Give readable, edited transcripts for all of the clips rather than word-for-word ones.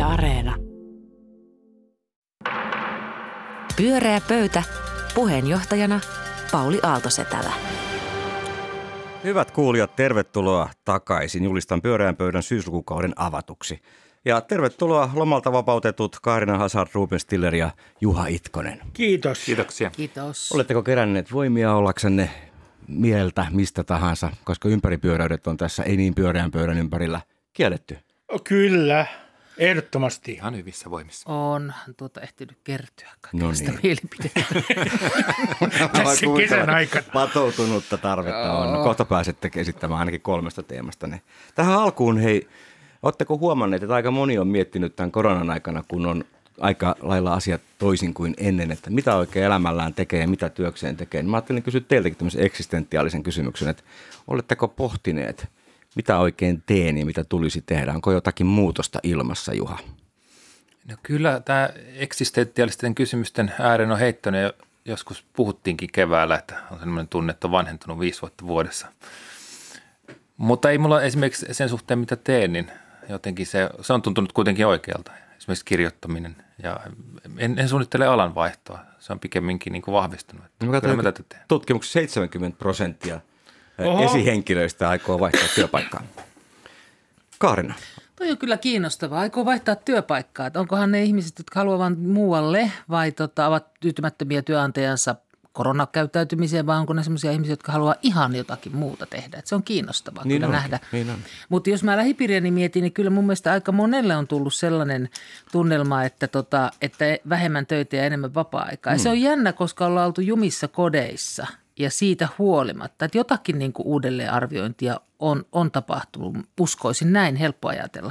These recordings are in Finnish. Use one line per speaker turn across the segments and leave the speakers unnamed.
Areena. Pyöreä pöytä. Puheenjohtajana Pauli Aaltosetälä.
Hyvät kuulijat, tervetuloa takaisin. Julistan pyöreän pöydän syyslukukauden avatuksi. Ja tervetuloa lomalta vapautetut Kaarina Hazard, Ruben Stiller ja Juha Itkonen.
Kiitos.
Kiitoksia.
Kiitos.
Oletteko keränneet voimia ollaksenne mieltä mistä tahansa, koska ympäripyöräydet on tässä ei niin pyöreän pöydän ympärillä kielletty?
Kyllä, ehdottomasti.
Ihan hyvissä voimissa.
On ehtinyt kertyä kaikenlaista
niin.
mielipiteitä.
Tässä kesän aikana.
Patoutunutta tarvetta on. Kohta pääsette esittämään ainakin 3 teemasta. Tähän alkuun, hei, ootteko huomanneet, että aika moni on miettinyt tämän koronan aikana, kun on aika lailla asiat toisin kuin ennen, että mitä oikein elämällään tekee ja mitä työkseen tekee. Mä ajattelin kysyä teiltäkin tämmöisen eksistentiaalisen kysymyksen, että oletteko pohtineet, mitä oikein teen ja mitä tulisi tehdä? Onko jotakin muutosta ilmassa, Juha?
No kyllä tämä eksistentiaalisten kysymysten ääreen on heittänyt ja joskus puhuttiinkin keväällä, että on sellainen tunne, että on vanhentunut 5 vuotta vuodessa. Mutta ei mulla esimerkiksi sen suhteen, mitä teen, niin jotenkin se on tuntunut kuitenkin oikealta. Esimerkiksi kirjoittaminen ja en suunnittele alanvaihtoa. Se on pikemminkin niin kuin vahvistunut.
Tutkimuksessa 70% esihenkilöistä aikoo vaihtaa työpaikkaa. Kaarina.
Toi on kyllä kiinnostavaa. Aikoo vaihtaa työpaikkaa. Että onkohan ne ihmiset, jotka haluavat muualle vai ovat tyytymättömiä työnantajansa koronakäyttäytymiseen, vai onko ne sellaisia ihmisiä, jotka haluaa ihan jotakin muuta tehdä. Että se on kiinnostavaa
niin
kyllä nähdä.
Niin
Mutta jos mä lähipiiriäni mietin, niin kyllä mun mielestä aika monelle on tullut sellainen tunnelma, että vähemmän töitä ja enemmän vapaa-aikaa. Ja se on jännä, koska ollaan oltu jumissa kodeissa ja siitä huolimatta, että jotakin niin kuin uudelleenarviointia on tapahtunut. Uskoisin näin, helppo ajatella.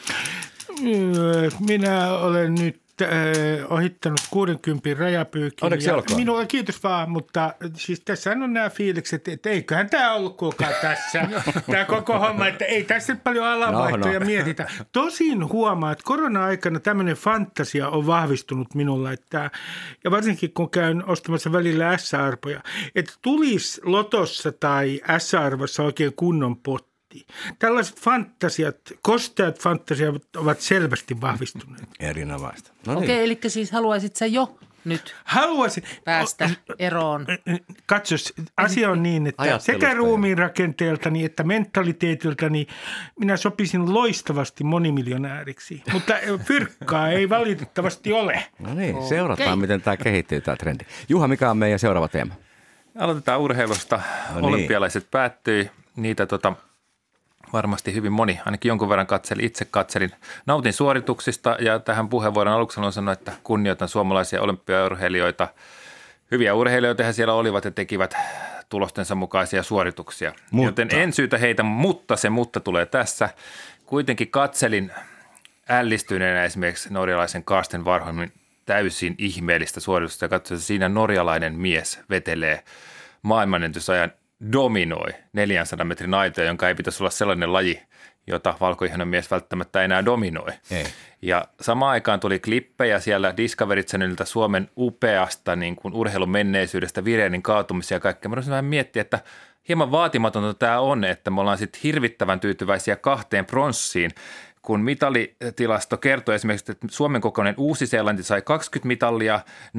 Minä olen nyt ohittanut 60 rajapyykin.
Onneksi olkoon.
Kiitos vaan, mutta siis tässä on nämä fiilikset, että eiköhän tämä ollut kuulkaa tässä, tämä koko homma, että ei tässä nyt paljon alanvaihtoja mietitä. Tosin huomaa, että korona-aikana tämmöinen fantasia on vahvistunut minulla, ja varsinkin kun käyn ostamassa välillä S-arpoja, että tulisi lotossa tai S-arvossa oikein kunnon potti. Tällaiset fantasiat, kosteat fantasiat ovat selvästi vahvistuneet.
Erinomaista.
Okei, eli siis haluaisit sä jo nyt päästä eroon?
Katsos, asia on niin, että sekä ruumiin rakenteeltani että mentaliteetiltani minä sopisin loistavasti monimiljonääriksi, mutta fyrkkaa ei valitettavasti ole.
No niin, seurataan miten tämä kehittyy tämä trendi. Juha, mikä on meidän seuraava teema?
Aloitetaan urheilusta. Olympialaiset päättyi. Niitä varmasti hyvin moni, ainakin jonkun verran itse katselin. Nautin suorituksista ja tähän puheenvuoron aluksi haluan sanoa, että kunnioitan suomalaisia olympiaurheilijoita. Hyviä urheilijoita he siellä olivat ja tekivät tulostensa mukaisia suorituksia. Joten en syytä heitä, mutta se mutta tulee tässä. Kuitenkin katselin ällistyneenä esimerkiksi norjalaisen Karsten Warholmin täysin ihmeellistä suoritusta ja katsoin, että siinä norjalainen mies vetelee maailmanennätysajan dominoi 400 metrin aitoja, jonka ei pitäisi olla sellainen laji, jota valkoihainen mies välttämättä enää dominoi.
Ei.
Ja samaan aikaan tuli klippejä siellä Discovery Channelilta Suomen upeasta niin kuin urheilun menneisyydestä, Virenin kaatumisia ja kaikkea. Mä voisin vähän miettiä, että hieman vaatimatonta tämä on, että me ollaan sitten hirvittävän tyytyväisiä 2 pronssiin, kun mitalitilasto kertoo esimerkiksi, että Suomen kokoinen Uusi-Seelanti sai 20 mitalia,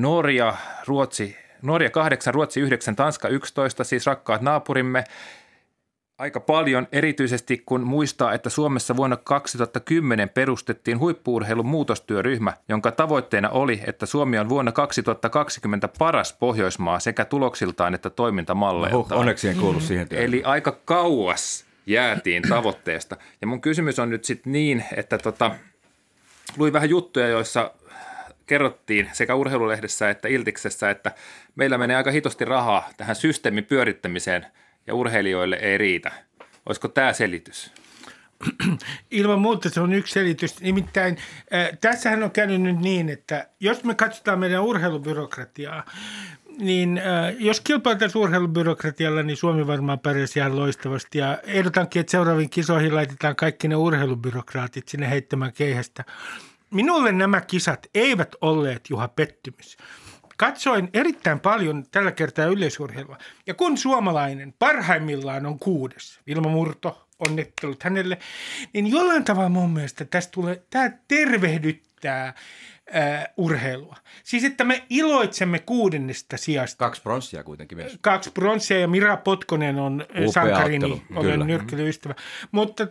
Norja 8, Ruotsi 9, Tanska 11, siis rakkaat naapurimme. Aika paljon, erityisesti kun muistaa, että Suomessa vuonna 2010 perustettiin huippu-urheilun muutostyöryhmä, jonka tavoitteena oli, että Suomi on vuonna 2020 paras Pohjoismaa sekä tuloksiltaan että toimintamalleiltaan.
Onneksi en kuulu siihen työhön.
Eli aika kauas jäätiin tavoitteesta. Ja mun kysymys on nyt sitten niin, että luin vähän juttuja, joissa kerrottiin sekä urheilulehdessä että Iltiksessä, että meillä menee aika hitosti rahaa tähän systeemin pyörittämiseen ja urheilijoille ei riitä. Olisiko tämä selitys?
Ilman muuta se on yksi selitys. Nimittäin tässähän on käynyt nyt niin, että jos me katsotaan meidän urheilubyrokratiaa, niin jos kilpailtaisiin urheilubyrokratialla, niin Suomi varmaan pärjäsi ihan loistavasti. Ja ehdotankin, että seuraaviin kisoihin laitetaan kaikki ne urheilubyrokraatit sinne heittämään keihästä. Minulle nämä kisat eivät olleet, Juha, pettymys. Katsoin erittäin paljon tällä kertaa yleisurheilua. Ja kun suomalainen parhaimmillaan on 6, Vilma Murto, onnittelut hänelle. Niin jollain tavalla mun mielestä tämä tervehdyttää urheilua. Siis, että me iloitsemme 6. sijasta.
2 pronssia kuitenkin myös.
2 pronssia ja Mira Potkonen on sankarini, olen nyrkkeilyystävä. Mutta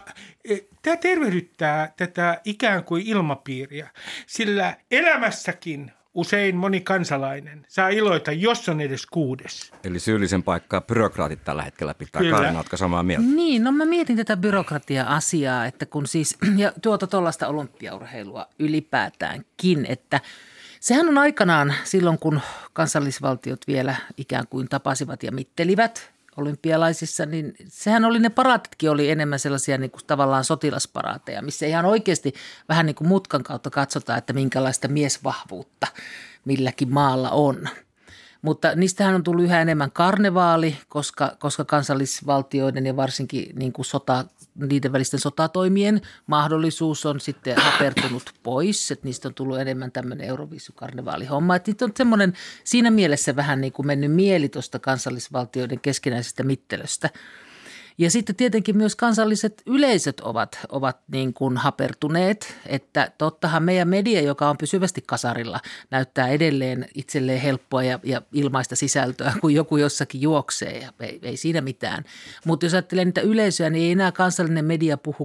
tämä tervehdyttää tätä ikään kuin ilmapiiriä, sillä elämässäkin usein moni kansalainen saa iloita, jos on edes 6.
Eli syyllisen paikkaa byrokraatit tällä hetkellä pitää. Kaarina, ootko samaa mieltä?
Niin, no mä mietin tätä byrokratia-asiaa, että kun siis, ja tuollaista olympiaurheilua ylipäätäänkin, että sehän on aikanaan silloin, kun kansallisvaltiot vielä ikään kuin tapasivat ja mittelivät olympialaisissa, niin sehän oli ne paraatitkin oli enemmän sellaisia niin kuin tavallaan sotilasparaateja, missä ihan oikeasti vähän niin kuin mutkan kautta katsotaan, että minkälaista miesvahvuutta milläkin maalla on. Mutta niistähän on tullut yhä enemmän karnevaali, koska kansallisvaltioiden ja varsinkin niin kuin niiden välisten sotatoimien mahdollisuus on sitten hapertunut pois. Että niistä on tullut enemmän tämmöinen Euroviisukarnevaalihomma. Että niitä on semmoinen siinä mielessä vähän niin kuin mennyt mieli tuosta kansallisvaltioiden keskinäisestä mittelöstä. Ja sitten tietenkin myös kansalliset yleisöt ovat niin kuin hapertuneet, että tottahan meidän media, joka on pysyvästi kasarilla, näyttää edelleen itselleen helppoa ja ilmaista sisältöä, kun joku jossakin juoksee ja ei siinä mitään. Mutta jos ajattelee niitä yleisöjä, niin ei enää kansallinen media puhu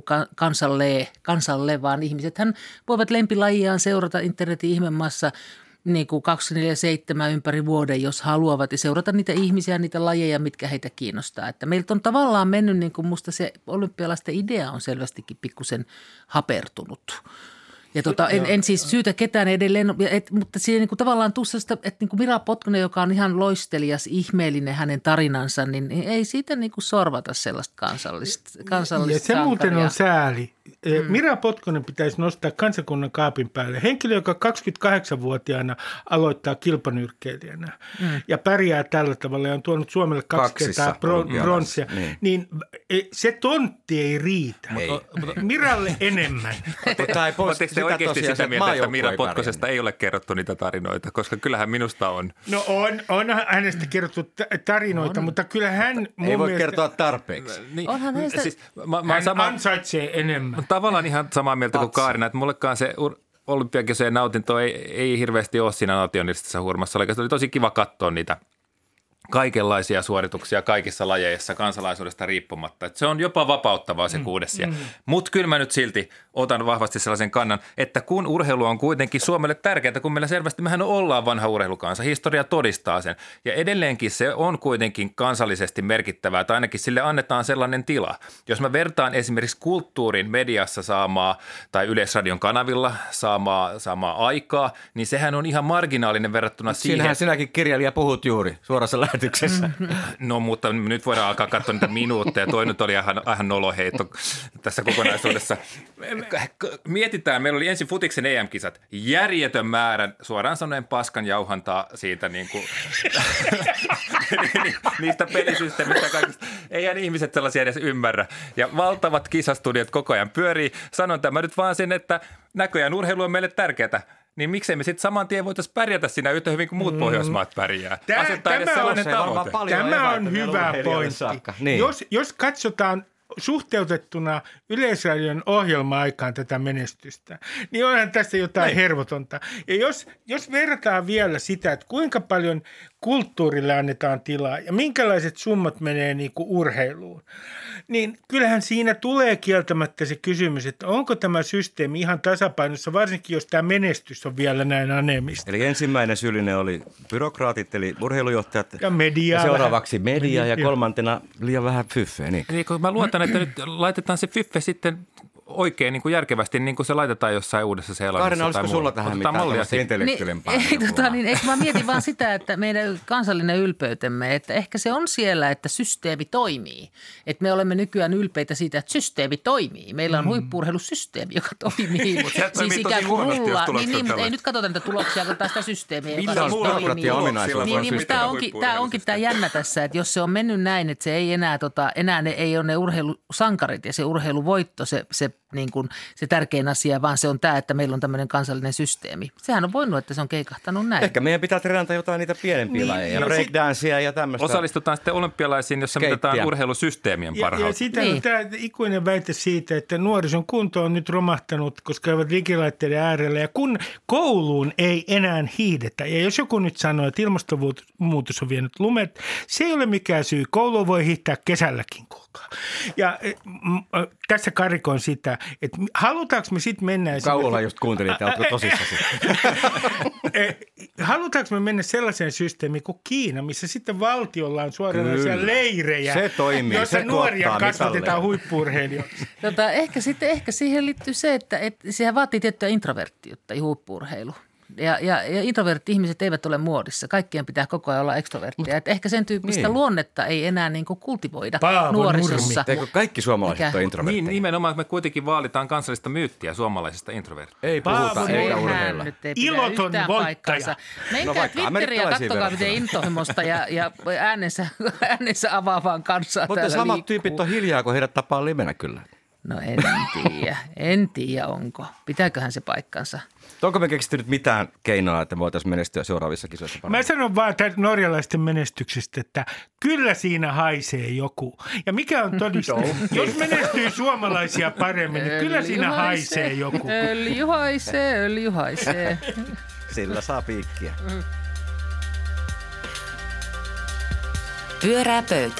kansalle, vaan ihmisethän voivat lempilajiaan seurata internetin ihmemaassa niin kuin 24/7 ympäri vuoden, jos haluavat, ja seurata niitä ihmisiä, niitä lajeja, mitkä heitä kiinnostaa. Että meiltä on tavallaan mennyt, niin kuin musta se olympialaisten idea on selvästikin pikkusen hapertunut. Ja en siis syytä ketään edelleen, mutta siinä niin kuin tavallaan tuossa, että niin kuin Mira Potkonen, joka on ihan loistelias, ihmeellinen hänen tarinansa, niin ei siitä niin kuin sorvata sellaista kansallista ja
se muuten on sääli. Mira Potkonen pitäisi nostaa kansakunnan kaapin päälle. Henkilö, joka 28-vuotiaana aloittaa kilpanyrkkeilijänä ja pärjää tällä tavalla ja on tuonut Suomelle 2 kertaa bronssia, niin se tontti ei riitä. Miralle enemmän.
Oletteko te oikeasti sitä mieltä, että Mira Potkosesta ei ole kerrottu niitä tarinoita? Koska kyllähän minusta on.
No on hänestä kerrottu tarinoita, mutta kyllä hän
ei voi kertoa tarpeeksi.
Niin,
onhan hänestä
siis, hän ansaitsee enemmän.
Tavallaan ihan samaa mieltä kuin Kaarina, että mullekaan se olympiakisojen nautinto ei hirveästi ole siinä nationalistisessa hurmassa. Se oli tosi kiva katsoa niitä kaikenlaisia suorituksia kaikissa lajeissa kansalaisuudesta riippumatta. Että se on jopa vapauttavaa se 6. Mutta kyllä mä nyt silti otan vahvasti sellaisen kannan, että kun urheilu on kuitenkin Suomelle tärkeää, kun meillä selvästi mehän ollaan vanha urheilukansa, historia todistaa sen. Ja edelleenkin se on kuitenkin kansallisesti merkittävää, tai ainakin sille annetaan sellainen tila. Jos mä vertaan esimerkiksi kulttuurin mediassa saamaa tai Yleisradion kanavilla saamaa aikaa, niin sehän on ihan marginaalinen verrattuna siihen.
Siinähän sinäkin kirjailija puhut juuri suorassa lähetyksessä.
No mutta nyt voidaan alkaa katsoa niitä minuutteja. Toi nyt oli ihan noloheitto tässä kokonaisuudessa. Mietitään, meillä oli ensin futiksen EM-kisat. Järjetön määrä, suoraan sanoen paskan jauhantaa siitä niin kuin, niistä pelisysteemistä kaikista. Eihän ihmiset sellaisia edes ymmärrä. Ja valtavat kisastudiot koko ajan pyörii. Sanon tämä nyt vaan sen, että näköjään urheilu on meille tärkeää. Niin miksei me sitten saman tien voitaisiin pärjätä siinä yhtä hyvin kuin muut Pohjoismaat pärjää.
Tämä on hyvä pointti. Niin. Jos katsotaan suhteutettuna Yleisradion ohjelma-aikaan tätä menestystä, niin onhan tässä jotain hervotonta. Ja jos verrataan vielä sitä, että kuinka paljon kulttuurille annetaan tilaa ja minkälaiset summat menee niin kuin urheiluun, niin kyllähän siinä tulee kieltämättä se kysymys, että onko tämä systeemi ihan tasapainossa, varsinkin jos tämä menestys on vielä näin anemista.
Eli ensimmäinen syyllinen oli byrokraatit, eli urheilujohtajat.
Ja media.
Ja seuraavaksi media ja kolmantena liian vähän fyffeä. Niin
kun mä luotan, että nyt laitetaan se fyffe sitten oikein niin kuin järkevästi, niin kuin se laitetaan jossain uudessa Seelannissa.
Kaarina, olisiko sulla tähän mitään tällaista intellektuelempaa?
Eikö mä mietin vaan sitä, että meidän kansallinen ylpeytemme, että ehkä se on siellä, että systeemi toimii. Että me olemme nykyään ylpeitä siitä, että systeemi toimii. Meillä on huippu-urheilusysteemi, joka toimii.
Siis ikään kuin rullaa.
Mutta ei nyt katsota niitä tuloksia, kun tästä systeemiä, joka
siis toimii.
Niin, tämä onkin tämä jännä tässä, että jos se on mennyt näin, että se ei enää ei ole ne urheilusankarit ja se urheiluvoitto, se niin kuin se tärkein asia, vaan se on tämä, että meillä on tämmöinen kansallinen systeemi. Sehän on voinut, että se on keikahtanut näin.
Ehkä meidän pitää treenata jotain niitä pienempiä lajeja, breakdancea ja tämmöistä.
Osallistutaan sitten olympialaisiin, jossa mitataan urheilusysteemien parhautta.
Ja sitten on tämä ikuinen väite siitä, että nuorison kunto on nyt romahtanut, koska he ovat digilaitteiden äärellä. Ja kun kouluun ei enää hiihdetä, ja jos joku nyt sanoo, että ilmastonmuutos on vienyt lumet, se ei ole mikään syy. Koulu voi hiihtää kesälläkin, kuulkaa. Ja tässä karikoin sitä, että halutaanko me sitten mennä...
Kauolla just kuuntelin, että oletko tosissasi.
Halutaanko me mennä sellaiseen systeemiin kuin Kiina, missä sitten valtiolla on suoranaisia leirejä,
se toimii,
jossa nuoria kasvatetaan huippu-urheilijoiksi.
Ehkä siihen liittyy se, että sehän vaatii tiettyä introverttiutta ja huippu-urheilu. Ja introvertti-ihmiset eivät ole muodissa. Kaikkien pitää koko ajan olla ekstrovertteja. Että ehkä sen tyyppistä luonnetta ei enää niin kuin kultivoida nuorisossa.
Eikö kaikki suomalaiset ole introvertteja?
Niin, nimenomaan me kuitenkin vaalitaan kansallista myyttiä suomalaisista introvertteja.
Ei puhuta, eikä urheilla.
Iloton voittaja.
Menkää Twitteriin ja katsokaa, miten intohimosta ja äänensä avaavaan kansaa
mutta
täällä
samat
liikkuu.
tyypit on hiljaa, kun heidät tapaa livenä kyllä.
No en tiedä onko. Pitääköhän se paikkansa?
Onko me keksitty nyt mitään keinoa, että me voitaisiin menestyä seuraavissa kisoissa paremmin?
Mä sanon vaan norjalaisten menestyksestä, että kyllä siinä haisee joku. Ja mikä on todiste? Jos menestyy suomalaisia paremmin, niin kyllä siinä haisee joku.
Öljy haisee.
Sillä saa piikkiä.
Pyörää pöytä.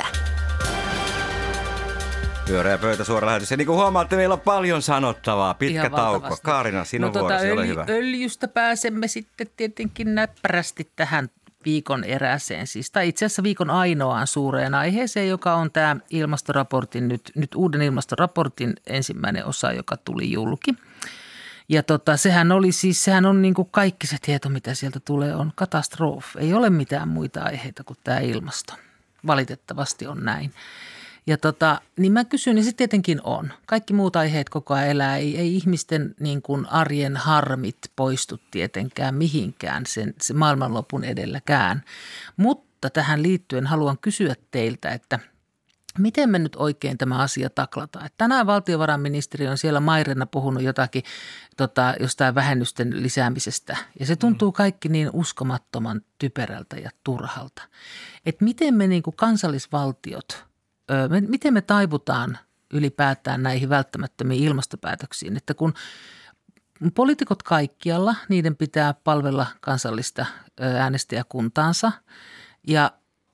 Pyöreä pöytä, suora lähetys. Ja niin kuin huomaatte, meillä on paljon sanottavaa. Pitkä tauko. Kaarina, sinun vuorosi, ole hyvä.
Öljystä pääsemme sitten tietenkin näppärästi tähän viikon eräseen. Siis, tai itse asiassa viikon ainoaan suureen aiheeseen, joka on tämä ilmastoraportin, nyt uuden ilmastoraportin ensimmäinen osa, joka tuli julki. Ja sehän on niin kuin kaikki se tieto, mitä sieltä tulee, on katastrofi. Ei ole mitään muita aiheita kuin tämä ilmasto. Valitettavasti on näin. Ja niin mä kysyn, niin se tietenkin on. Kaikki muut aiheet koko ajan elää. Ei ihmisten niin kuin arjen harmit poistu tietenkään mihinkään sen maailmanlopun edelläkään. Mutta tähän liittyen haluan kysyä teiltä, että miten me nyt oikein tämä asia taklataan? Että tänään valtiovarainministeri on siellä Mairena puhunut jotakin jostain vähennysten lisäämisestä. Ja se tuntuu kaikki niin uskomattoman typerältä ja turhalta. Että miten me niin kuin kansallisvaltiot... Miten me taivutaan ylipäätään näihin välttämättömiin ilmastopäätöksiin, että kun poliitikot kaikkialla, niiden pitää palvella kansallista äänestäjäkuntaansa ja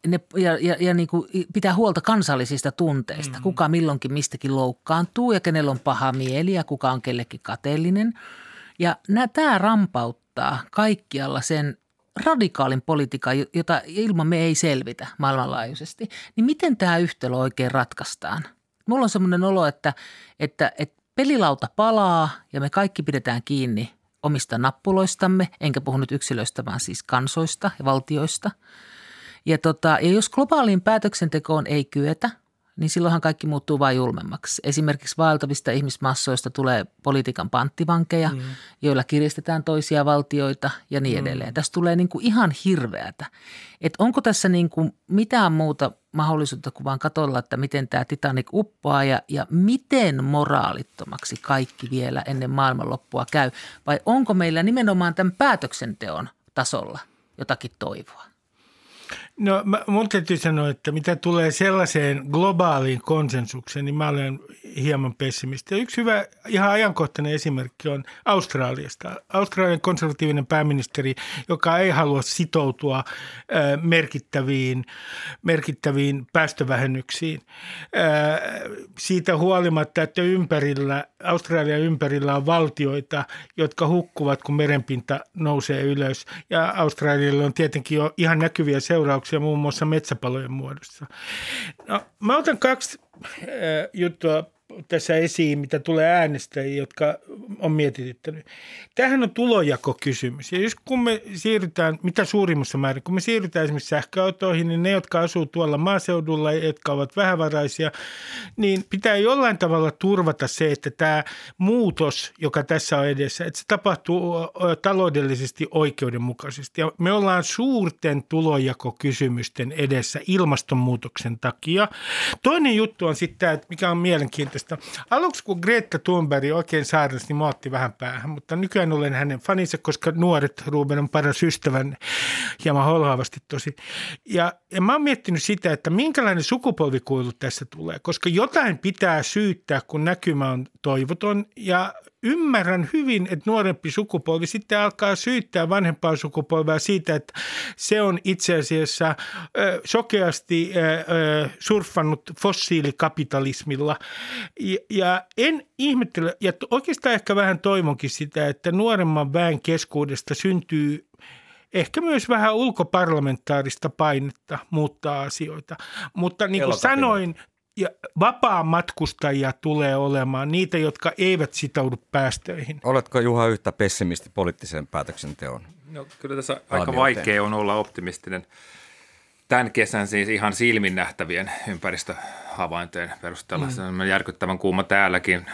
niin kuin pitää huolta kansallisista tunteista, kuka milloinkin mistäkin loukkaantuu ja kenellä on paha mieli ja kuka on kellekin kateellinen. Ja tämä rampauttaa kaikkialla sen radikaalin politiikan, jota ilman me ei selvitä maailmanlaajuisesti, niin miten tämä yhtälö oikein ratkaistaan? Mulla on semmoinen olo, että pelilauta palaa ja me kaikki pidetään kiinni omista nappuloistamme, enkä puhu nyt yksilöistä, vaan siis kansoista ja valtioista. Ja jos globaaliin päätöksentekoon ei kyetä, niin silloinhan kaikki muuttuu vain julmemmaksi. Esimerkiksi vaeltavista ihmismassoista tulee politiikan panttivankeja, joilla kiristetään toisia valtioita ja niin edelleen. Tässä tulee niin kuin ihan hirveätä. Että onko tässä niin kuin mitään muuta mahdollisuutta kuin vaan katsella, että miten tämä Titanic uppoaa ja miten moraalittomaksi kaikki vielä ennen maailmanloppua käy? Vai onko meillä nimenomaan tämän päätöksenteon tasolla jotakin toivoa?
No mun täytyy sanoa, että mitä tulee sellaiseen globaaliin konsensukseen, niin mä olen hieman pessimisti. Yksi hyvä, ihan ajankohtainen esimerkki on Australiasta. Australian konservatiivinen pääministeri, joka ei halua sitoutua merkittäviin päästövähennyksiin. Siitä huolimatta, että Australian ympärillä on valtioita, jotka hukkuvat, kun merenpinta nousee ylös. Ja Australialla on tietenkin jo ihan näkyviä seurauksia muun muassa metsäpalojen muodossa. No, mä otan kaksi juttua tässä esiin, mitä tulee äänestäjiin, jotka on mietityttänyt. Tämähän on tulonjakokysymys. Ja jos kun me siirrytään, mitä suurimmassa määrin, kun me siirrytään esimerkiksi sähköautoihin, niin ne, jotka asuu tuolla maaseudulla, jotka ovat vähävaraisia, niin pitää jollain tavalla turvata se, että tämä muutos, joka tässä on edessä, että se tapahtuu taloudellisesti oikeudenmukaisesti. Ja me ollaan suurten tulonjakokysymysten edessä ilmastonmuutoksen takia. Toinen juttu on sitten tämä, mikä on mielenkiintoista. Aluksi kun Greta Thunberg oikein saarnasi, niin mä otti vähän päähän, mutta nykyään olen hänen faninsa, koska nuoret Ruben on paras ystävän, hieman holhaavasti tosi. Ja mä oon miettinyt sitä, että minkälainen sukupolvikuilu tässä tulee, koska jotain pitää syyttää, kun näkymä on toivoton, ja ymmärrän hyvin, että nuorempi sukupolvi sitten alkaa syyttää vanhempaa sukupolvea siitä, että se on itse asiassa sokeasti surffannut fossiilikapitalismilla. Ja en ihmettele, ja oikeastaan ehkä vähän toivonkin sitä, että nuoremman väen keskuudesta syntyy ehkä myös vähän ulkoparlamentaarista painetta muuttaa asioita. Mutta niin kuin sanoin, ja vapaamatkustajia tulee olemaan, niitä, jotka eivät sitoudu päästöihin.
Oletko, Juha, yhtä pessimisti poliittisen päätöksenteon?
No, kyllä tässä aika vaikea on olla optimistinen. Tämän kesän siis ihan silmin nähtävien ympäristöhavaintojen perusteella. Se on järkyttävän kuuma täälläkin.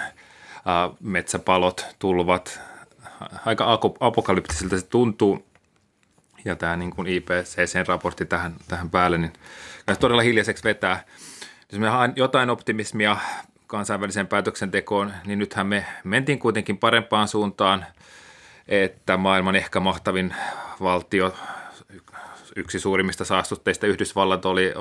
Metsäpalot, tulvat, aika apokalyptisilta se tuntuu. Ja tämä niin kuin IPCC-raportti tähän päälle, niin todella hiljaiseksi vetää. Jos me jotain optimismia kansainväliseen päätöksentekoon, niin nythän me mentiin kuitenkin parempaan suuntaan, että maailman ehkä mahtavin valtio, yksi suurimmista saastutteista Yhdysvallat oli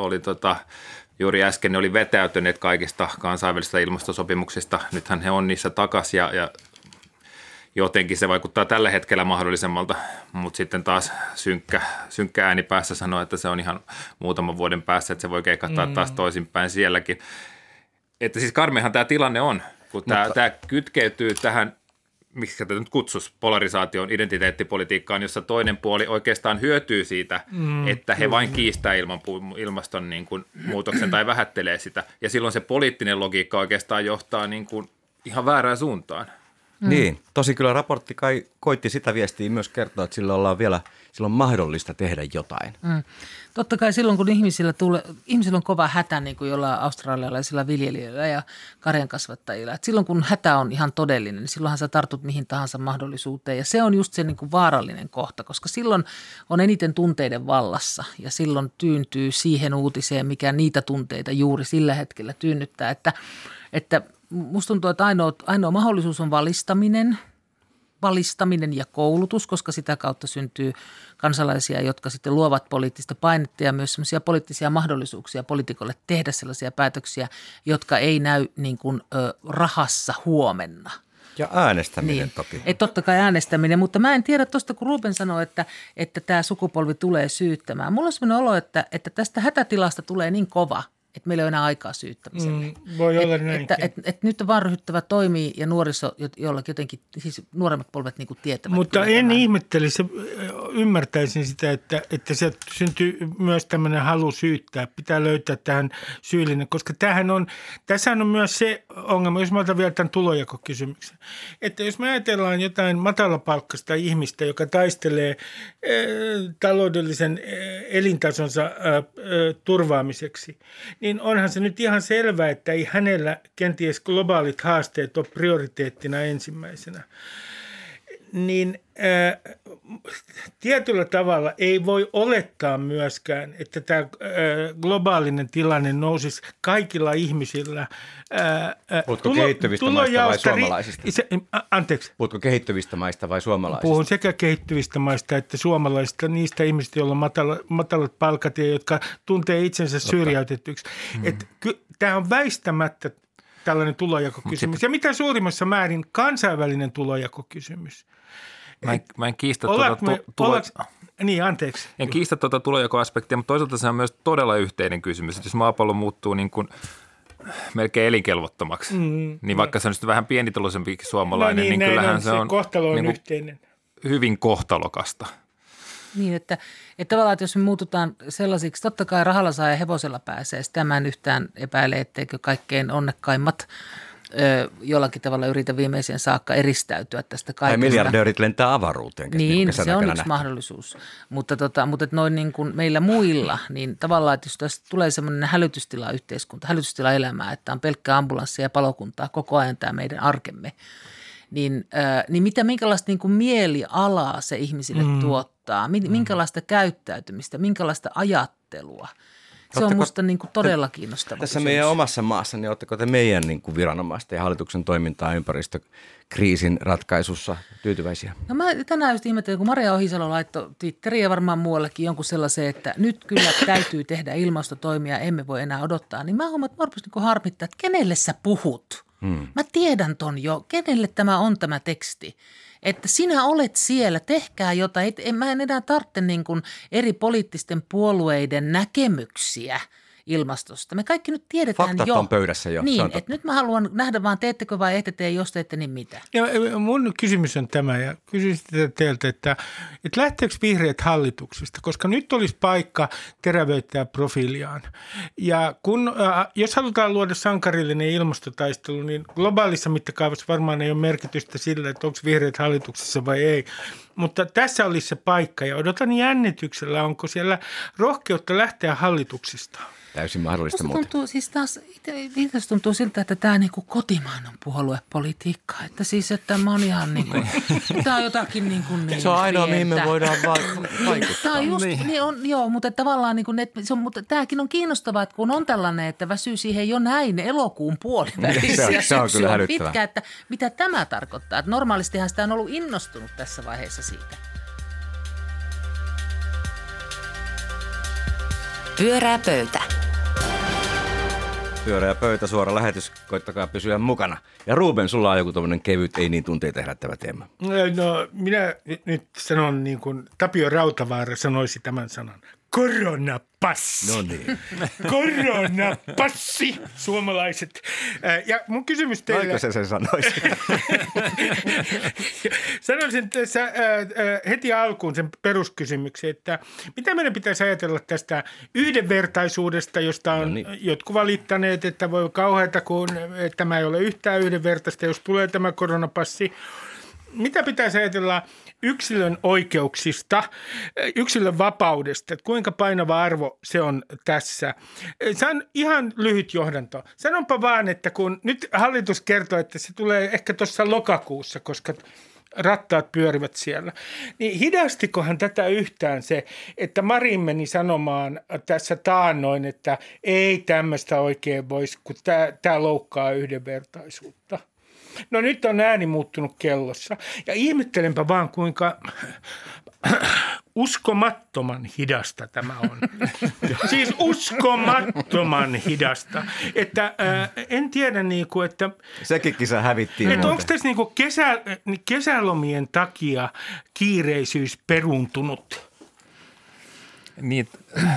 juuri äsken, ne oli vetäytyneet kaikista kansainvälisistä ilmastosopimuksista. Nythän he on niissä takaisin ja jotenkin se vaikuttaa tällä hetkellä mahdollisemmalta, mutta sitten taas synkkä ääni päässä sanoo, että se on ihan muutaman vuoden päässä, että se voi keikahtaa taas toisinpäin sielläkin. Että siis karmehan tämä tilanne on, kun tämä kytkeytyy tähän, miksi tätä nyt kutsuisi, polarisaation, identiteettipolitiikkaan, jossa toinen puoli oikeastaan hyötyy siitä, että he vain kiistää ilmaston niin kuin muutoksen tai vähättelee sitä. Ja silloin se poliittinen logiikka oikeastaan johtaa niin kuin ihan väärään suuntaan.
Niin, tosi kyllä raportti kai koitti sitä viestiä myös kertoa, että silloin on mahdollista tehdä jotain.
Totta kai silloin, kun ihmisillä on kova hätä, niin kuin jollain australialaisilla viljelijöillä ja karjankasvattajilla. Et silloin, kun hätä on ihan todellinen, niin silloinhan sä tartut mihin tahansa mahdollisuuteen. Ja se on just se niin kuin vaarallinen kohta, koska silloin on eniten tunteiden vallassa ja silloin tyyntyy siihen uutiseen, mikä niitä tunteita juuri sillä hetkellä tyynnyttää, että musta tuntuu, että ainoa mahdollisuus on valistaminen ja koulutus, koska sitä kautta syntyy kansalaisia, jotka sitten luovat poliittista painetta ja myös sellaisia poliittisia mahdollisuuksia poliitikolle tehdä sellaisia päätöksiä, jotka ei näy niin kuin rahassa huomenna.
Ja äänestäminen toki.
Totta kai äänestäminen, mutta mä en tiedä tuosta, kun Ruben sanoi, että tämä sukupolvi tulee syyttämään. Mulla on sellainen olo, että tästä hätätilasta tulee niin kova, että meillä ei ole enää aikaa syyttämiselle.
Voi olla näinkin.
Että nyt on vaan ryhdyttävä toimii ja nuoriso, jollakin jotenkin, siis nuoremmat polvet niin kuin tietävät.
Mutta en ihmettelisi, ymmärtäisin sitä, että se syntyy myös tämmöinen halu syyttää. Pitää löytää tähän syyllinen, koska tässä on myös se ongelma, jos mä otan vielä tämän tulonjakokysymyksen. Että jos me ajatellaan jotain matalapalkkaista ihmistä, joka taistelee taloudellisen elintasonsa turvaamiseksi, niin onhan se nyt ihan selvää, että ei hänellä kenties globaalit haasteet ole prioriteettina ensimmäisenä. Niin tietyllä tavalla ei voi olettaa myöskään, että tämä globaalinen tilanne nousisi kaikilla ihmisillä.
Puhutko kehittyvistä maista vai suomalaisista?
Anteeksi.
Puhutko kehittyvistä maista vai suomalaisista?
Puhun sekä kehittyvistä maista että suomalaisista, niistä ihmistä, joilla on matalat palkat ja jotka tuntee itsensä syrjäytetyksi. Tämä on väistämättä tällainen tulonjakokysymys. Ja mitä suurimmassa määrin kansainvälinen tulonjakokysymys.
Mä en kiistä
Niin, anteeksi.
En kiistä tuota tulonjakoaspektia, mutta toisaalta se on myös todella yhteinen kysymys. Että jos maapallo muuttuu niin kuin melkein elinkelvottomaksi, niin vaikka se on vähän pienituloisempi suomalainen, niin kyllähän se on
kohtalo on
niin
yhteinen.
Hyvin kohtalokasta.
Niin, että tavallaan, että jos me muututaan sellaisiksi, totta kai rahalla saa ja hevosella pääsee. Sitä mä en yhtään epäile, etteikö kaikkein onnekkaimmat jollakin tavalla yritä viimeiseen saakka eristäytyä tästä kaikesta.
Tai miljardöörit lentää avaruuteen.
Niin, se on yksi mahdollisuus. Mutta noin niin kuin meillä muilla, niin tavallaan, että jos tästä tulee semmoinen hälytystilayhteiskunta, hälytystilaelämää, että on pelkkää ambulanssia ja palokuntaa koko ajan tämä meidän arkemme, niin minkälaista niin kuin mielialaa se ihmisille tuottaa, minkälaista käyttäytymistä, minkälaista ajattelua. Se on musta niin kuin todella kiinnostava
tässä
kysymys.
meidän omassa maassa, niin oletteko te meidän niin kuin viranomaisten ja hallituksen toimintaa ympäristökriisin ratkaisussa tyytyväisiä?
No mä tänään just ihmettelin, kun Maria Ohisalo laittoi Twitteriin ja varmaan muuallekin jonkun sellaisen, että nyt kyllä täytyy tehdä ilmastotoimia, emme voi enää odottaa. Niin mä huomaan, että mä rupesin niin harmittaa, että kenelle sä puhut? Mä tiedän ton jo, kenelle tämä on tämä teksti. Että sinä olet siellä, tehkää jotain. Mä en enää tarvitse niin kuin eri poliittisten puolueiden näkemyksiä ilmastosta. Me kaikki nyt tiedetään
faktat
jo.
on pöydässä jo.
Niin, että nyt mä haluan nähdä vaan, teettekö vai ette tee, jos teette, niin mitä.
Ja mun kysymys on tämä, ja kysyisin teiltä, että lähteekö vihreät hallituksesta, koska nyt olisi paikka terävöittää profiiliaan. Ja jos halutaan luoda sankarillinen ilmastotaistelu, niin globaalissa mittakaavassa varmaan ei ole merkitystä sillä, että onko vihreät hallituksessa vai ei. Mutta tässä olisi se paikka, ja odotan jännityksellä, onko siellä rohkeutta lähteä hallituksesta.
Täysin mahdollista
muuten. Tuntuu siis taas, itse tuntuu siltä, että tämä niinku kotimainen puoluepolitiikka. Että siis, että mä oon ihan niin kuin, tämä on jotakin niin kuin niin.
Se on ainoa, mihin me voidaan vaikuttaa.
Tämä on just, niin on, joo, mutta tavallaan niin kuin, mutta tämäkin on kiinnostavaa, että kun on tällainen, että väsyy siihen jo näin elokuun puolivälissä.
Se on kyllä hälyttävää.
Pitkä, että mitä tämä tarkoittaa. Että normaalistihan sitä on ollut innostunut tässä vaiheessa siitä.
Pyörää pöytä.
Pyörä ja pöytä, suora lähetys, koittakaa pysyä mukana. Ja Ruben, sulla on joku tommoinen kevyt, ei niin tunteita herättävä teema.
No minä nyt sanon niin kuin Tapio Rautavaara sanoisi tämän sanan. Koronapassi.
No niin.
Koronapassi, suomalaiset. Ja mun kysymys teille.
Aiko se sen sanoisi?
Sanoisin tässä heti alkuun sen peruskysymyksen, että mitä meidän pitäisi ajatella tästä yhdenvertaisuudesta, josta on jotkut valittaneet, että voi kauheata, kun tämä ei ole yhtään yhdenvertaista, jos tulee tämä koronapassi. Mitä pitäisi ajatella yksilön oikeuksista, yksilön vapaudesta, että kuinka painava arvo se on tässä? Se on ihan lyhyt johdanto. Sanonpa vaan, että kun nyt hallitus kertoo, että se tulee ehkä tuossa lokakuussa, koska rattaat pyörivät siellä, niin hidastikohan tätä yhtään se, että Marin meni sanomaan tässä taannoin, että ei tämmöistä oikein voisi, kun tämä loukkaa yhdenvertaisuutta. No nyt on ääni muuttunut kellossa ja ihmettelenpä vaan kuinka uskomattoman hidasta tämä on. Siis uskomattoman hidasta. Että en tiedä niinku, että
sekin kisa hävittiin.
Että onko tässä niinku kesälomien takia kiireisyys peruuntunut?
Niin,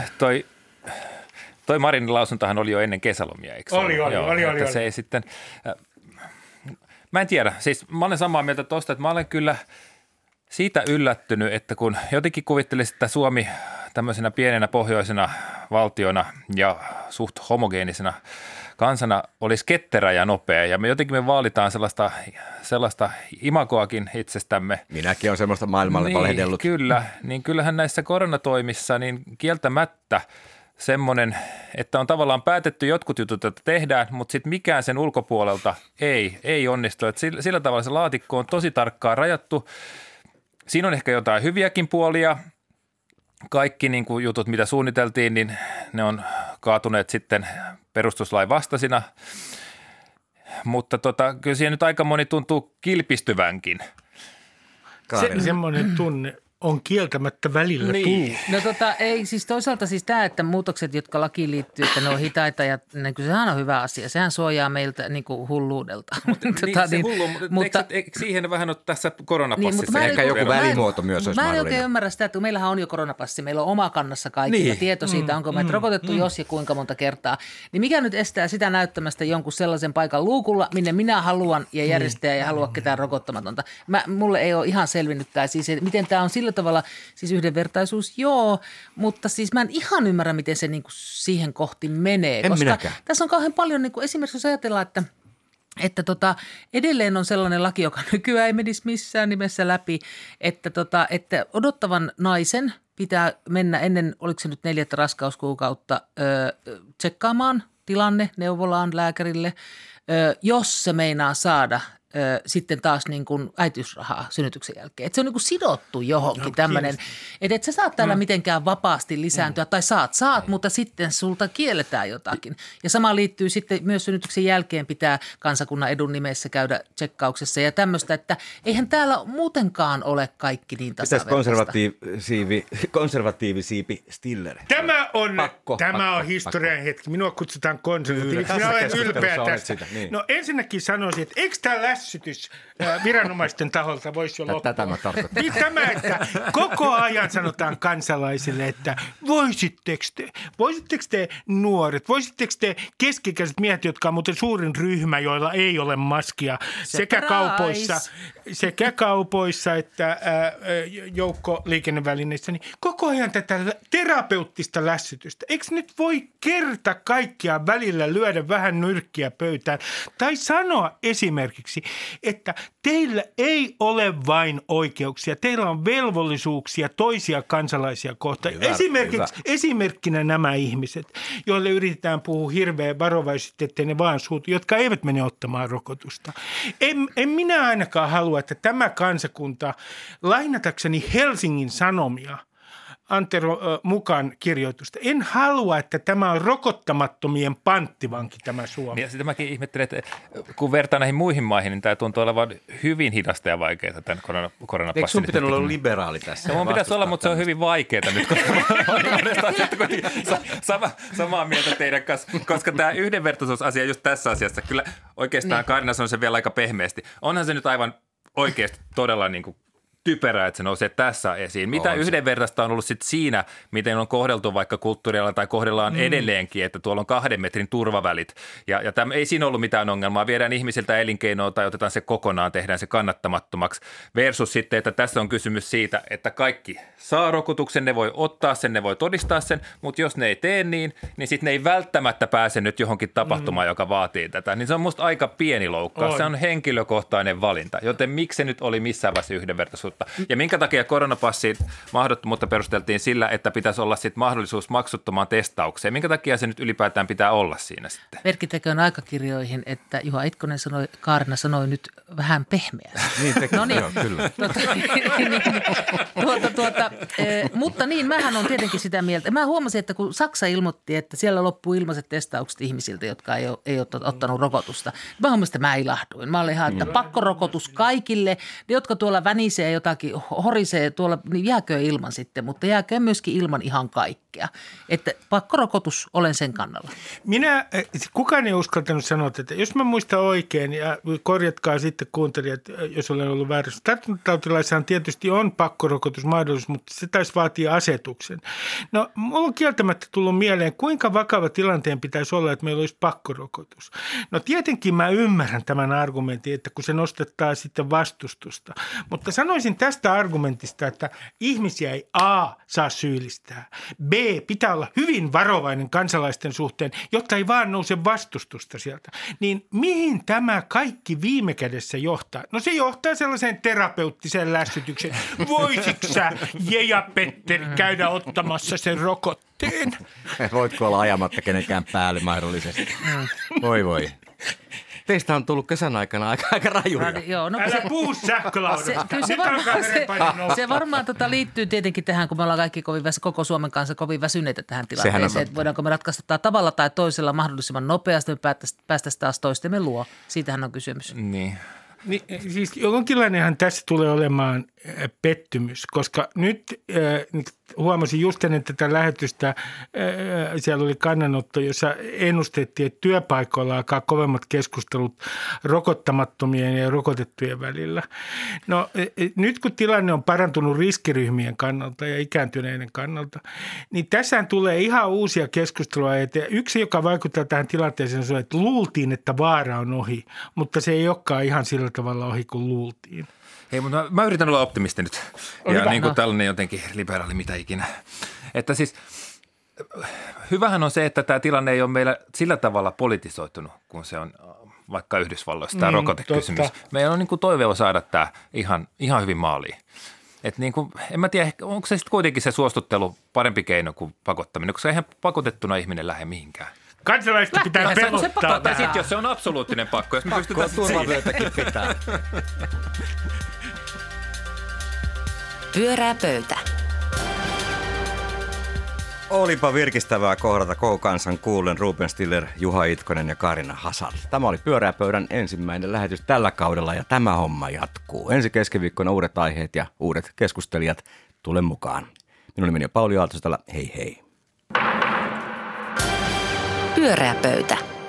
toi Marinin lausuntohan oli jo ennen kesälomia, eikö
Oli.
Se ei sitten. Mä en tiedä. Siis mä olen samaa mieltä tuosta, että mä olen kyllä siitä yllättynyt, että kun jotenkin kuvittelisin, että Suomi tämmöisenä pienenä pohjoisena valtiona ja suht homogeenisena kansana olisi ketterä ja nopea. Ja me jotenkin vaalitaan sellaista imagoakin itsestämme.
Minäkin olen semmoista maailmalle valehdellut.
Kyllä. Niin kyllähän näissä koronatoimissa niin kieltämättä semmoinen, että on tavallaan päätetty jotkut jutut, että tehdään, mutta sitten mikään sen ulkopuolelta ei onnistu. Että sillä tavalla se laatikko on tosi tarkkaan rajattu. Siinä on ehkä jotain hyviäkin puolia. Kaikki niin kuin jutut, mitä suunniteltiin, niin ne on kaatuneet sitten perustuslain vastaisina. Mutta kyllä siihen nyt aika moni tuntuu kilpistyvänkin.
Semmoinen tunne on kieltämättä välillä
niin.
No ei siis toisaalta siis tämä, että muutokset, jotka lakiin liittyy, että ne on hitaita ja sehän on hyvä asia. Sehän suojaa meiltä niin kuin hulluudelta.
Mutta eikö siihen vähän ole tässä koronapassissa?
Niin,
ehkä joku välimuoto myös olisi mahdollinen.
Mä en oikein ymmärrä sitä, että meillähän on jo koronapassi. Meillä on oma kannassa kaikilla tieto siitä, onko meitä rokotettu jos ja kuinka monta kertaa. Niin mikä nyt estää sitä näyttämästä jonkun sellaisen paikan luukulla, minne minä haluan ja järjestäjä ja halua ketään rokottamatonta. Mulle ei ole ihan selvinnyt tämä siis, miten tämä on sillä tavalla, siis yhdenvertaisuus mutta siis mä en ihan ymmärrä, miten se niinku siihen kohti menee.
En minäkään.
Tässä on kauhean paljon, niinku, esimerkiksi jos ajatellaan, että edelleen on sellainen laki, joka nykyään ei menisi missään nimessä läpi, että odottavan naisen pitää mennä ennen, oliko se nyt 4. raskauskuukautta, tsekkaamaan tilanne neuvolaan lääkärille, jos se meinaa saada sitten taas niin kuin äitiysrahaa synnytyksen jälkeen. Että se on niin kuin sidottu johonkin tämmöinen, että et sä saat täällä mitenkään vapaasti lisääntyä tai saat, mutta sitten sulta kielletään jotakin. Ja sama liittyy sitten myös synnytyksen jälkeen pitää kansakunnan edun nimessä käydä tsekkauksessa ja tämmöistä, että eihän täällä muutenkaan ole kaikki niin tasavertaista.
Pitäisi konservatiivisiipi Stiller.
Tämä on historian hetki. Minua kutsutaan konservatiiviksi. Minä olen ylpeä tästä. Niin. No ensinnäkin sanoisin, että eikö tämä lässytys viranomaisten taholta voisi jo loppua?
Tätä mä tarkoitan.
Niin tämä, että koko ajan sanotaan kansalaisille, että voisitteko te nuoret, voisitteko te keskikäiset miehet, jotka on muuten suurin ryhmä, joilla ei ole maskia sekä kaupoissa että joukkoliikennevälineissä, niin koko ajan tätä terapeuttista lässytystä. Eikö nyt voi kerta kaikkiaan välillä lyödä vähän nyrkkiä pöytään tai sanoa esimerkiksi, että teillä ei ole vain oikeuksia, teillä on velvollisuuksia toisia kansalaisia kohtaan. Esimerkkinä nämä ihmiset, joille yritetään puhua hirveän varovaisesti, ettei ne vaan suutu, jotka eivät mene ottamaan rokotusta. En minä ainakaan halua, että tämä kansakunta, lainatakseni Helsingin Sanomia, Antero mukaan kirjoitusta. En halua, että tämä on rokottamattomien panttivanki tämä Suomi.
Ja sitten mäkin ihmettelen, että kun vertaa näihin muihin maihin, niin tämä tuntuu olevan hyvin hidasta ja vaikeaa tämän koronapassin.
Eikö sun pitänyt olla liberaali tässä?
Mun pitäisi olla, mutta se on hyvin vaikeaa nyt, samaa mieltä teidän kanssa, koska tämä yhdenvertaisuusasia just tässä asiassa, kyllä oikeastaan Kaarina sanoi sen vielä aika pehmeästi. Onhan se nyt aivan oikeasti todella niin kuin typerää, että se nousee tässä esiin. Mitä yhdenvertaista on ollut sitten siinä, miten on kohdeltu vaikka kulttuurialla tai kohdellaan edelleenkin, että tuolla on 2 metrin turvavälit. Ja tämä, ei siinä ollut mitään ongelmaa. Viedään ihmisiltä elinkeinoa tai otetaan se kokonaan, tehdään se kannattamattomaksi. Versus sitten, että tässä on kysymys siitä, että kaikki saa rokotuksen, ne voi ottaa sen, ne voi todistaa sen, mutta jos ne ei tee niin sitten ne ei välttämättä pääse nyt johonkin tapahtumaan, joka vaatii tätä. Niin se on musta aika pieni loukkaus. Se on henkilökohtainen valinta, joten miksi se nyt oli missään vaiheessa yhdenvertaisuutta? Ja minkä takia koronapassin mahdottomuutta perusteltiin sillä, että pitäisi olla sitten mahdollisuus maksuttomaan testaukseen? Minkä takia se nyt ylipäätään pitää olla siinä sitten?
Merkittäköön aikakirjoihin, että Juha Itkonen sanoi, Kaarina sanoi nyt vähän pehmeästi.
Niin teki, joo, kyllä.
Mutta niin, mähän on tietenkin sitä mieltä. Mä huomasin, että kun Saksa ilmoitti, että siellä loppuu ilmaiset testaukset ihmisiltä, jotka ei ole ottanut rokotusta. Mä huomasin, että mä ilahduin. Mä olin ihan, että pakkorokotus kaikille, ne, jotka tuolla vänisee jotakin, horisee tuolla, niin jääköön ilman sitten, mutta jääköön myöskin ilman ihan kaikkea. Että pakkorokotus, olen sen kannalla.
Kukaan ei uskaltanut sanoa, että jos mä muistan oikein, ja korjatkaa sitten kuuntelijat, jos olen ollut väärässä. Tartuntatautilaissahan tietysti on pakkorokotusmahdollisuus, mutta se taisi vaatia asetuksen. No, mulla on kieltämättä tullut mieleen, kuinka vakava tilanteen pitäisi olla, että meillä olisi pakkorokotus. No tietenkin mä ymmärrän tämän argumentin, että kun se nostattaa sitten vastustusta, mutta sanoisin tästä argumentista, että ihmisiä ei A saa syyllistää, B pitää olla hyvin varovainen kansalaisten suhteen, jotta ei vaan nouse vastustusta sieltä. Niin mihin tämä kaikki viime kädessä johtaa? No se johtaa sellaiseen terapeuttiseen lässytykseen. Voisitko sä, ja Petteri, käydä ottamassa sen rokotteen?
Voitko olla ajamatta kenenkään päälle mahdollisesti? Voi. Teistä on tullut kesän aikana aika rajuja.
Älä puhu sähkölaudasta.
Se varmaan liittyy tietenkin tähän, kun me ollaan kaikki koko Suomen kanssa kovin väsyneitä tähän tilanteeseen. Että voidaanko me ratkaista tavalla tai toisella mahdollisimman nopeasti, me päästäisiin taas toistemme luo. Siitähän on kysymys.
Niin.
Siis jonkinlainenhan tässä tulee olemaan pettymys, koska nyt huomasin just ennen tätä lähetystä, siellä oli kannanotto, jossa ennustettiin, että työpaikoilla alkaa kovemmat keskustelut rokottamattomien ja rokotettujen välillä. No nyt kun tilanne on parantunut riskiryhmien kannalta ja ikääntyneiden kannalta, niin tässä tulee ihan uusia keskusteluja. Yksi, joka vaikuttaa tähän tilanteeseen, on, että luultiin, että vaara on ohi, mutta se ei olekaan ihan sillä tavalla ohi kuin luultiin.
Hei, mutta mä yritän olla optimisti nyt. Ja niin kuin tällainen jotenkin liberaali mitä ikinä. Että siis hyvähän on se, että tämä tilanne ei ole meillä sillä tavalla politisoitunut, kun se on vaikka Yhdysvalloissa tämä rokotekysymys. Meillä on niin kuin toiveella saada tämä ihan hyvin maaliin. Et niin kuin, en mä tiedä, onko se sitten kuitenkin se suostuttelu parempi keino kuin pakottaminen, koska eihän pakotettuna ihminen lähde mihinkään.
Kansalaista pitää pelottaa.
Tai sitten jos se on absoluuttinen pakko, jos me pystytään
turvavyötäkin pitää.
Pyörää pöytä.
Olipa virkistävää kohdata koko kansan kuullen Ruben Stiller, Juha Itkonen ja Kaarina Hasal. Tämä oli Pyöreä pöydän ensimmäinen lähetys tällä kaudella ja tämä homma jatkuu. Ensi keskiviikkona uudet aiheet ja uudet keskustelijat. Tule mukaan. Minun nimeni on Pauli Aaltosella. Hei hei.
Pyöreä pöytä.